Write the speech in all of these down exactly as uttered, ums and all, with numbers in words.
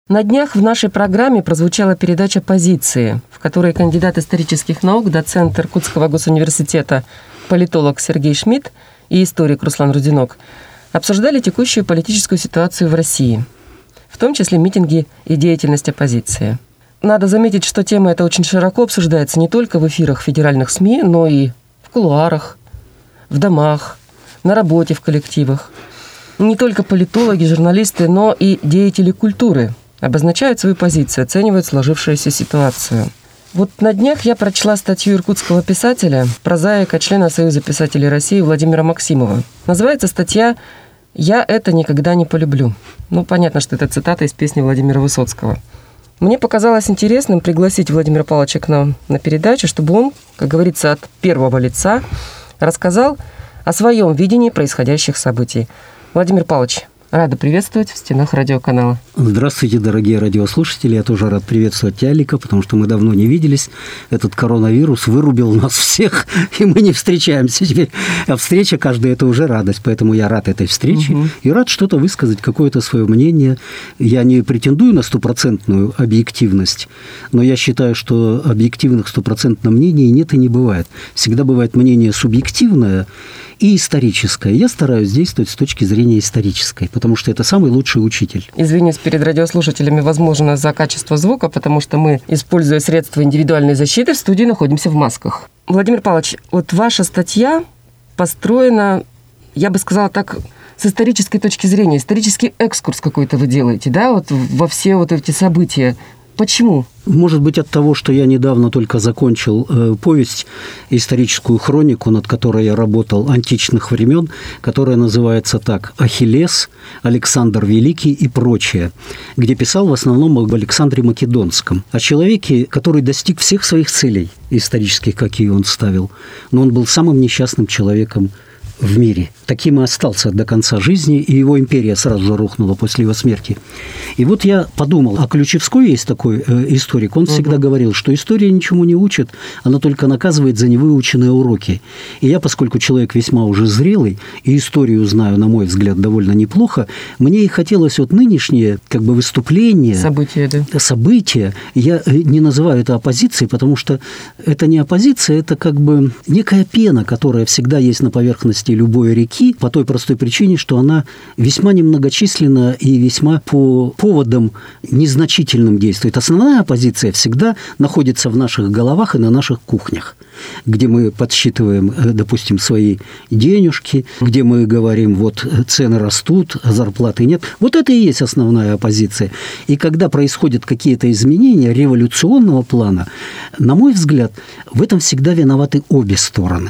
На днях в нашей программе прозвучала передача «Позиции», в которой кандидат исторических наук, доцент Иркутского госуниверситета, политолог Сергей Шмидт и историк Руслан Рудинок обсуждали текущую политическую ситуацию в России, в том числе митинги и деятельность оппозиции. Надо заметить, что тема эта очень широко обсуждается не только в эфирах федеральных СМИ, но и в кулуарах, в домах, на работе в коллективах. Не только политологи, журналисты, но и деятели культуры обозначают свою позицию, оценивают сложившуюся ситуацию. Вот на днях я прочла статью иркутского писателя, прозаика, члена Союза писателей России Владимира Максимова. Называется статья «Я это никогда не полюблю». Ну, понятно, что это цитата из песни Владимира Высоцкого. Мне показалось интересным пригласить Владимира Павловича к нам на передачу, чтобы он, как говорится, от первого лица рассказал о своем видении происходящих событий. Владимир Павлович, рада приветствовать в стенах радиоканала. Здравствуйте, дорогие радиослушатели. Я тоже рад приветствовать Алика, потому что мы давно не виделись. Этот коронавирус вырубил нас всех, и мы не встречаемся теперь. А встреча каждая – это уже радость. Поэтому я рад этой встрече угу. и рад что-то высказать, какое-то свое мнение. Я не претендую на стопроцентную объективность, но я считаю, что объективных стопроцентных мнений нет и не бывает. Всегда бывает мнение субъективное и историческое. Я стараюсь действовать с точки зрения исторической, потому что это самый лучший учитель. Извинюсь перед радиослушателями, возможно, за качество звука, потому что мы, используя средства индивидуальной защиты, в студии находимся в масках. Владимир Павлович, вот ваша статья построена, я бы сказала так, с исторической точки зрения. Исторический экскурс какой-то вы делаете, да, вот во все вот эти события. Почему? Может быть, от того, что я недавно только закончил э, повесть, историческую хронику, над которой я работал, античных времен, которая называется так «Ахиллес», «Александр Великий» и прочее, где писал в основном об Александре Македонском, о человеке, который достиг всех своих целей исторических, какие он ставил, но он был самым несчастным человеком в мире. Таким и остался до конца жизни, и его империя сразу же рухнула после его смерти. И вот я подумал, а Ключевской есть такой э, историк, он угу. всегда говорил, что история ничему не учит, она только наказывает за невыученные уроки. И я, поскольку человек весьма уже зрелый, и историю знаю, на мой взгляд, довольно неплохо, мне и хотелось вот нынешнее как бы выступление, события, да. события, я не называю это оппозицией, потому что это не оппозиция, это как бы некая пена, которая всегда есть на поверхности любой реки, по той простой причине, что она весьма немногочисленна и весьма по поводам незначительным действует. Основная оппозиция всегда находится в наших головах и на наших кухнях, где мы подсчитываем, допустим, свои денежки, где мы говорим, вот цены растут, зарплаты нет. Вот это и есть основная оппозиция. И когда происходят какие-то изменения революционного плана, на мой взгляд, в этом всегда виноваты обе стороны.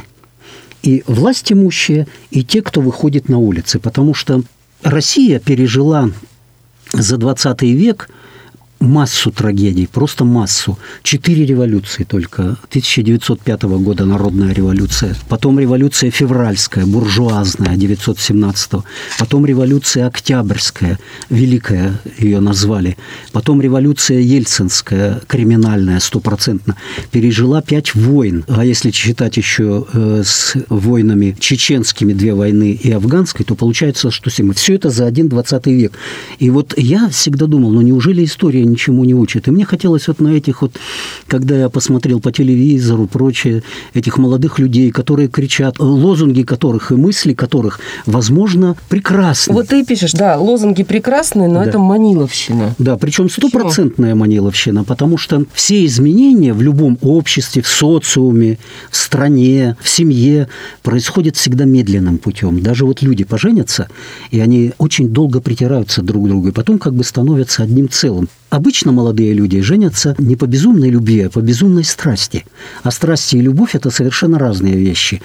И власть имущие, и те, кто выходит на улицы. Потому что Россия пережила за двадцатый век массу трагедий, просто массу. Четыре революции только. тысяча девятьсот пятого года народная революция. Потом революция февральская, буржуазная, девятьсот семнадцатого. Потом революция октябрьская, великая ее назвали. Потом революция ельцинская, криминальная, стопроцентно. Пережила пять войн. А если считать еще э, с войнами чеченскими, две войны и афганской, то получается, что все это за один двадцатый век. И вот я всегда думал, ну неужели история ничему не учит. И мне хотелось вот на этих вот, когда я посмотрел по телевизору, прочее, этих молодых людей, которые кричат, лозунги которых и мысли которых, возможно, прекрасны. Вот ты пишешь, да, лозунги прекрасные, но да. это маниловщина. Да, причем стопроцентная маниловщина, потому что все изменения в любом обществе, в социуме, в стране, в семье происходят всегда медленным путем. Даже вот люди поженятся, и они очень долго притираются друг к другу, и потом как бы становятся одним целым. Обычно молодые люди женятся не по безумной любви, а по безумной страсти. А страсти и любовь – это совершенно разные вещи.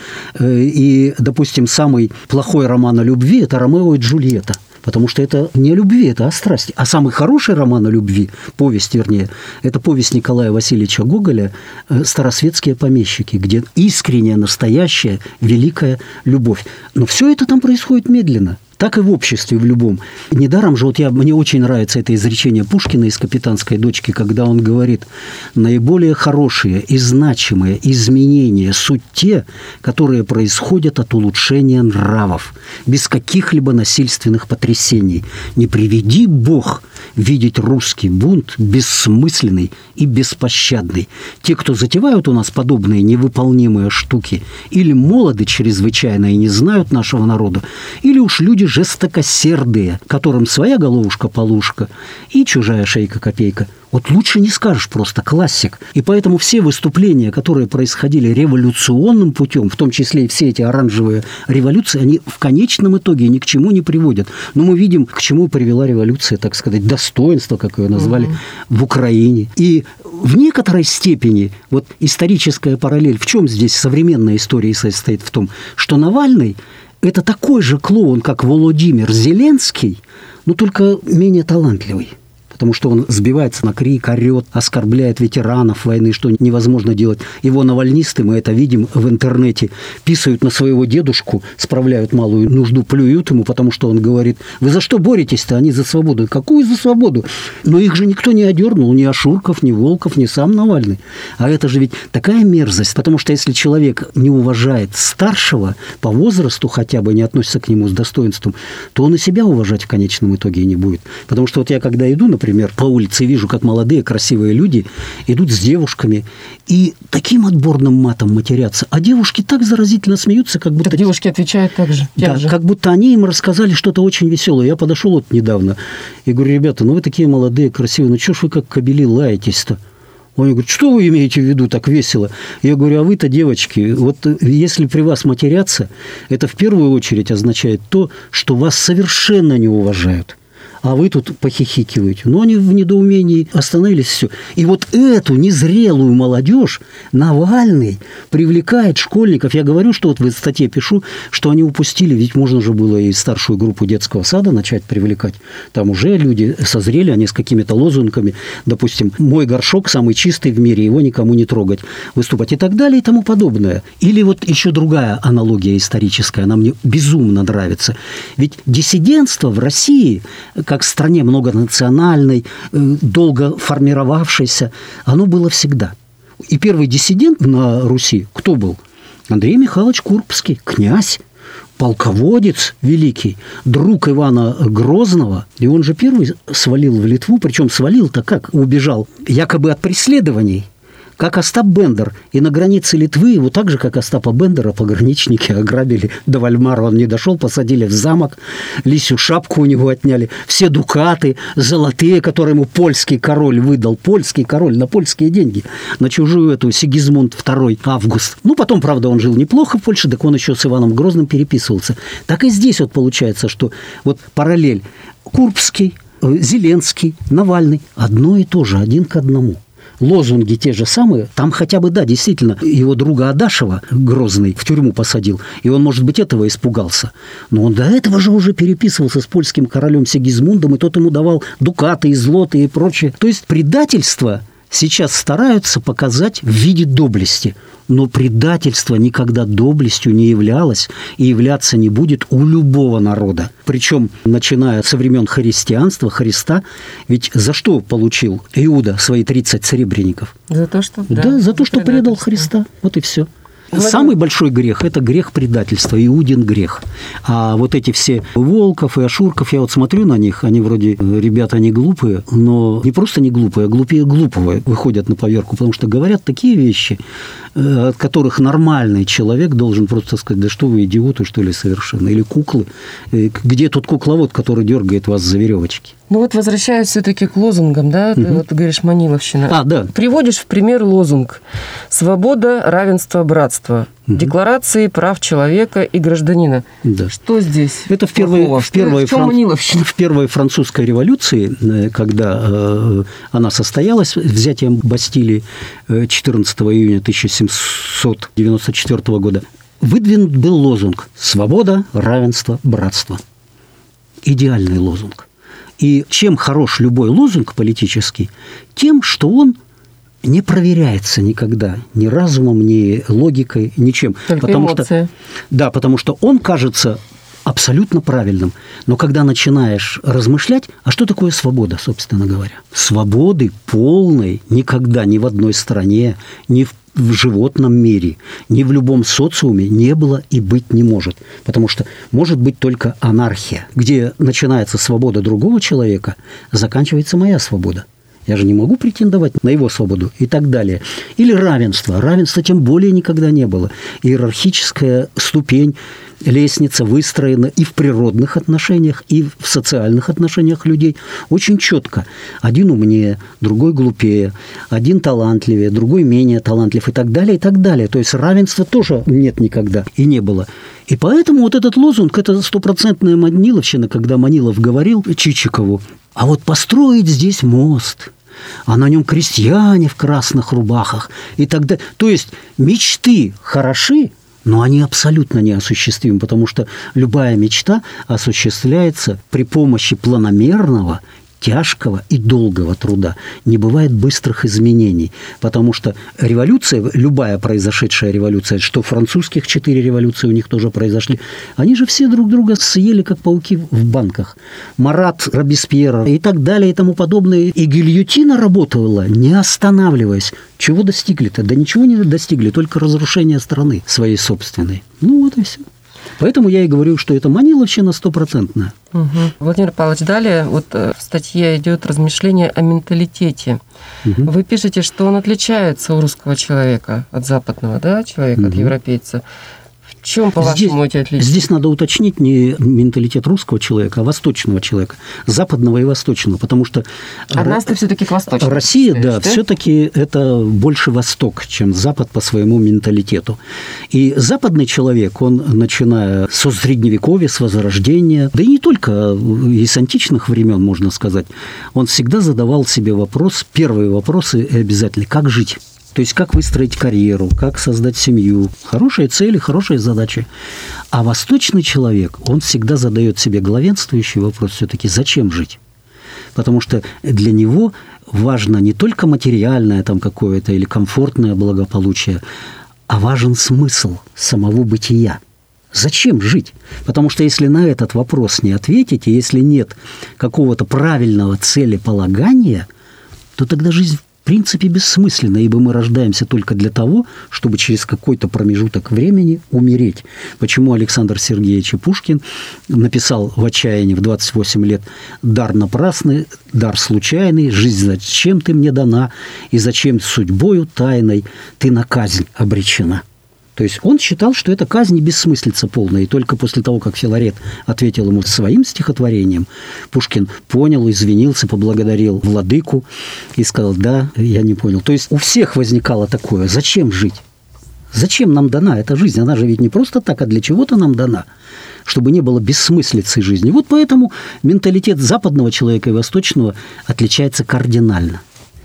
И, допустим, самый плохой роман о любви – это «Ромео и Джульетта». Потому что это не о любви, это о страсти. А самый хороший роман о любви, повесть, вернее, это повесть Николая Васильевича Гоголя «Старосветские помещики», где искренняя, настоящая, великая любовь. Но все это там происходит медленно. Так и в обществе, в любом. Недаром же, вот я, мне очень нравится это изречение Пушкина из «Капитанской дочки», когда он говорит, наиболее хорошие и значимые изменения суть те, которые происходят от улучшения нравов, без каких-либо насильственных потрясений. Не приведи Бог видеть русский бунт бессмысленный и беспощадный. Те, кто затевают у нас подобные невыполнимые штуки, или молоды чрезвычайно и не знают нашего народа, или уж люди жестокосердые, которым своя головушка-полушка и чужая шейка-копейка. Вот лучше не скажешь, просто классик. И поэтому все выступления, которые происходили революционным путем, в том числе и все эти оранжевые революции, они в конечном итоге ни к чему не приводят. Но мы видим, к чему привела революция, так сказать, достоинство, как ее назвали, угу. в Украине. И в некоторой степени вот историческая параллель, в чем здесь современная история состоит в том, что Навальный – это такой же клоун, как Володимир Зеленский, но только менее талантливый. Потому что он сбивается на крик, орет, оскорбляет ветеранов войны, что невозможно делать. Его навальнисты, мы это видим в интернете, писают на своего дедушку, справляют малую нужду, плюют ему, потому что он говорит: вы за что боретесь-то? Они за свободу. Какую за свободу? Но их же никто не одернул, ни Ашурков, ни Волков, ни сам Навальный. А это же ведь такая мерзость, потому что если человек не уважает старшего, по возрасту хотя бы не относится к нему с достоинством, то он и себя уважать в конечном итоге не будет. Потому что вот я когда иду, например, Например, по улице вижу, как молодые, красивые люди идут с девушками и таким отборным матом матерятся. А девушки так заразительно смеются, как будто... Так девушки отвечают так же. Да, же. Как будто они им рассказали что-то очень веселое. Я подошел вот недавно и говорю: ребята, ну вы такие молодые, красивые, ну что ж вы как кобели лаетесь-то? Он говорит: что вы имеете в виду так весело? Я говорю: а вы-то, девочки, вот если при вас матерятся, это в первую очередь означает то, что вас совершенно не уважают. А вы тут похихикиваете. Но они в недоумении остановились, все. И вот эту незрелую молодежь Навальный привлекает школьников. Я говорю, что вот в статье пишу, что они упустили, ведь можно же было и старшую группу детского сада начать привлекать. Там уже люди созрели, они с какими-то лозунгами, допустим, «Мой горшок самый чистый в мире, его никому не трогать», выступать и так далее и тому подобное. Или вот еще другая аналогия историческая, она мне безумно нравится. Ведь диссидентство в России, как в стране многонациональной, долго формировавшейся, оно было всегда. И первый диссидент на Руси кто был? Андрей Михайлович Курбский, князь, полководец великий, друг Ивана Грозного. И он же первый свалил в Литву, причем свалил-то как? Убежал якобы от преследований. Как Остап Бендер. И на границе Литвы его так же, как Остапа Бендера, пограничники ограбили до Вальмара. Он не дошел, посадили в замок, лисью шапку у него отняли, все дукаты золотые, которые ему польский король выдал. Польский король на польские деньги. На чужую эту Сигизмунд второй Август. Ну, потом, правда, он жил неплохо в Польше, так он еще с Иваном Грозным переписывался. Так и здесь вот получается, что вот параллель Курбский, Зеленский, Навальный. Одно и то же, один к одному. Лозунги те же самые, там хотя бы, да, действительно, его друга Адашева Грозный в тюрьму посадил, и он, может быть, этого испугался. Но он до этого же уже переписывался с польским королем Сигизмундом, и тот ему давал дукаты и злоты и прочее. То есть предательство сейчас стараются показать в виде доблести. Но предательство никогда доблестью не являлось и являться не будет у любого народа. Причем, начиная со времен христианства, Христа, ведь за что получил Иуда свои тридцать серебряников? За то, что... Да, да за то, что предал Христа. Вот и все. Самый большой грех – это грех предательства, Иудин грех. А вот эти все Волков и Ашурков, я вот смотрю на них, они вроде ребята не глупые, но не просто не глупые, а глупее глупого выходят на поверку, потому что говорят такие вещи, от которых нормальный человек должен просто сказать: да что вы, идиоты, что ли, совершенно, или куклы. Где тот кукловод, который дергает вас за веревочки? Ну вот возвращаясь все-таки к лозунгам, да, угу. Ты вот говоришь Маниловщина. А, да. Приводишь в пример лозунг «Свобода, равенство, братство». Угу. Декларации прав человека и гражданина. Да. Что здесь? Это в первой, в, первой фран... в первой французской революции, когда э, она состоялась, взятием Бастилии четырнадцатого июня тысяча семьсот девяносто четвёртого года, выдвинут был лозунг «Свобода, равенство, братство». Идеальный лозунг. И чем хорош любой лозунг политический? Тем, что он не проверяется никогда ни разумом, ни логикой, ничем. Только потому эмоции. Что, да, потому что он кажется абсолютно правильным. Но когда начинаешь размышлять, а что такое свобода, собственно говоря? Свободы полной никогда ни в одной стране, ни в в животном мире, ни в любом социуме не было и быть не может. Потому что может быть только анархия, где начинается свобода другого человека, заканчивается моя свобода. Я же не могу претендовать на его свободу и так далее. Или равенство. Равенства тем более никогда не было. Иерархическая ступень, лестница выстроена и в природных отношениях, и в социальных отношениях людей очень четко. Один умнее, другой глупее, один талантливее, другой менее талантлив и так далее, и так далее. То есть равенства тоже нет никогда и не было. И поэтому вот этот лозунг, это стопроцентная маниловщина, когда Манилов говорил Чичикову, а вот построить здесь мост, а на нем крестьяне в красных рубахах и так далее. То есть мечты хороши, но они абсолютно неосуществимы, потому что любая мечта осуществляется при помощи планомерного, тяжкого и долгого труда. Не бывает быстрых изменений, потому что революция, любая произошедшая революция, что французских четыре революции у них тоже произошли, они же все друг друга съели, как пауки в банках. Марат, Робеспьера и так далее и тому подобное. И гильотина работала, не останавливаясь. Чего достигли-то? Да ничего не достигли, только разрушение страны своей собственной. Ну вот и все. Поэтому я и говорю, что это маниловщина стопроцентная. Угу. Владимир Павлович, далее вот в статье идет размышление о менталитете. Угу. Вы пишете, что он отличается у русского человека от западного, да, человека, угу. от европейца. В чем, по-вашему, эти отличия? Здесь надо уточнить не менталитет русского человека, а восточного человека, западного и восточного, потому что... А нас-то все-таки к восточному. Россия, да, да? все-таки это больше Восток, чем Запад по своему менталитету. И западный человек, он, начиная со Средневековья, с Возрождения, да и не только, и с античных времен, можно сказать, он всегда задавал себе вопрос, первые вопросы обязательно, как жить? То есть, как выстроить карьеру, как создать семью. Хорошие цели, хорошие задачи. А восточный человек, он всегда задает себе главенствующий вопрос все-таки, зачем жить? Потому что для него важно не только материальное там какое-то или комфортное благополучие, а важен смысл самого бытия. Зачем жить? Потому что если на этот вопрос не ответите, если нет какого-то правильного целеполагания, то тогда жизнь в принципе бессмысленно, ибо мы рождаемся только для того, чтобы через какой-то промежуток времени умереть. Почему Александр Сергеевич Пушкин написал в отчаянии в двадцать восемь лет «Дар напрасный, дар случайный, жизнь зачем ты мне дана, и зачем судьбою тайной ты на казнь обречена». То есть он считал, что это казнь и бессмыслица полная. И только после того, как Филарет ответил ему своим стихотворением, Пушкин понял, извинился, поблагодарил владыку и сказал: да, я не понял. То есть у всех возникало такое: зачем жить? Зачем нам дана эта жизнь? Она же ведь не просто так, а для чего-то нам дана, чтобы не было бессмыслицы жизни. Вот поэтому менталитет западного человека и восточного отличается кардинально.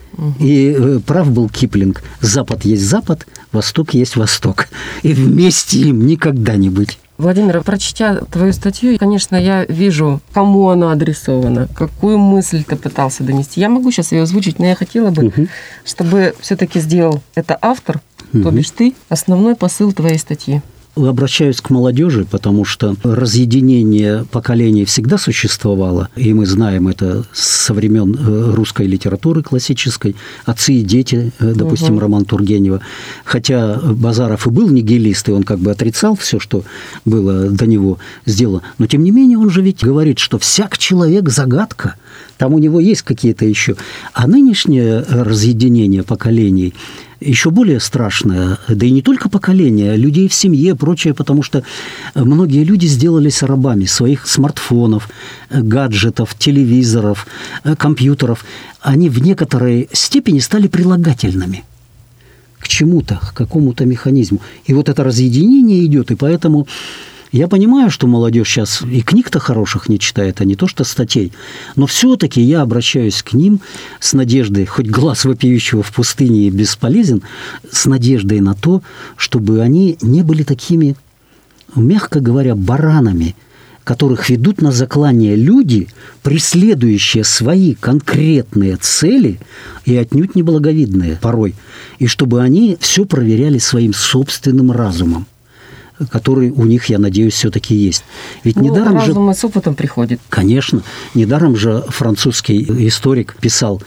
И э, прав был Киплинг: Запад есть Запад, Восток есть Восток. И вместе им никогда не быть. Владимир, прочтя твою статью, конечно, я вижу, кому она адресована, какую мысль ты пытался донести. Я могу сейчас ее озвучить, но я хотела бы, угу. чтобы все-таки сделал это автор, угу. то бишь ты, основной посыл твоей статьи. Обращаюсь к молодежи, потому что разъединение поколений всегда существовало, и мы знаем это со времен русской литературы классической, «Отцы и дети», допустим, угу. роман Тургенева. Хотя Базаров и был нигилист, и он как бы отрицал все, что было до него сделано, но тем не менее он же ведь говорит, что всяк человек загадка, там у него есть какие-то еще. А нынешнее разъединение поколений еще более страшное, да и не только поколения, людей в семье, прочее, потому что многие люди сделались рабами своих смартфонов, гаджетов, телевизоров, компьютеров. Они в некоторой степени стали прилагательными к чему-то, к какому-то механизму. И вот это разъединение идет, и поэтому я понимаю, что молодежь сейчас и книг-то хороших не читает, а не то что статей. Но все-таки я обращаюсь к ним с надеждой, хоть глаз вопиющего в пустыне бесполезен, с надеждой на то, чтобы они не были такими, мягко говоря, баранами, которых ведут на заклание люди, преследующие свои конкретные цели и отнюдь неблаговидные порой, и чтобы они все проверяли своим собственным разумом, который у них, я надеюсь, все-таки есть. Ведь ну, недаром разум же... с опытом приходит. Конечно. Недаром же французский историк писал: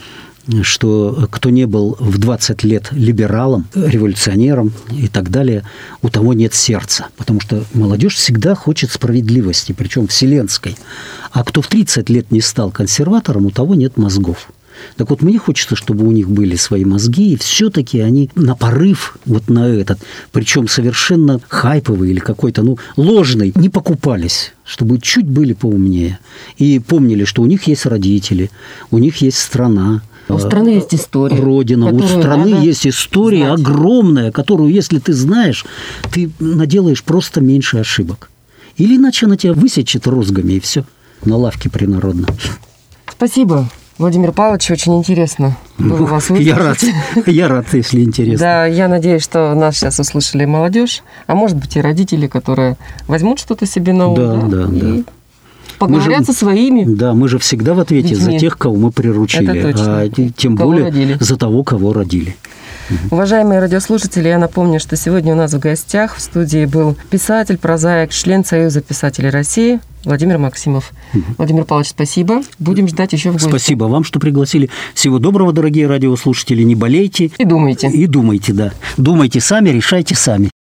что кто не был в двадцать лет либералом, революционером и так далее, у того нет сердца. Потому что молодежь всегда хочет справедливости, причем вселенской. А кто в тридцать лет не стал консерватором, у того нет мозгов. Так вот, мне хочется, чтобы у них были свои мозги, и все-таки они на порыв вот на этот, причем совершенно хайповый или какой-то, ну, ложный, не покупались, чтобы чуть были поумнее. И помнили, что у них есть родители, у них есть страна. У страны есть история. Родина. У страны есть история знать. Огромная, которую, если ты знаешь, ты наделаешь просто меньше ошибок. Или иначе она тебя высечет розгами, и все, на лавке принародно. Спасибо. Владимир Павлович, очень интересно было вас выслушать. Я рад, я рад, если интересно. Да, я надеюсь, что нас сейчас услышали молодежь, а может быть и родители, которые возьмут что-то себе на ум. Да, да, да. И поговорят со своими. Да, мы же всегда в ответе детьми. За тех, кого мы приручили, это точно. А тем кого более родили. За того, кого родили. Уважаемые радиослушатели, я напомню, что сегодня у нас в гостях в студии был писатель, прозаик, член Союза писателей России Владимир Максимов. Угу. Владимир Павлович, спасибо. Будем ждать еще в гости. Спасибо вам, что пригласили. Всего доброго, дорогие радиослушатели. Не болейте. И думайте. И думайте, да. Думайте сами, решайте сами.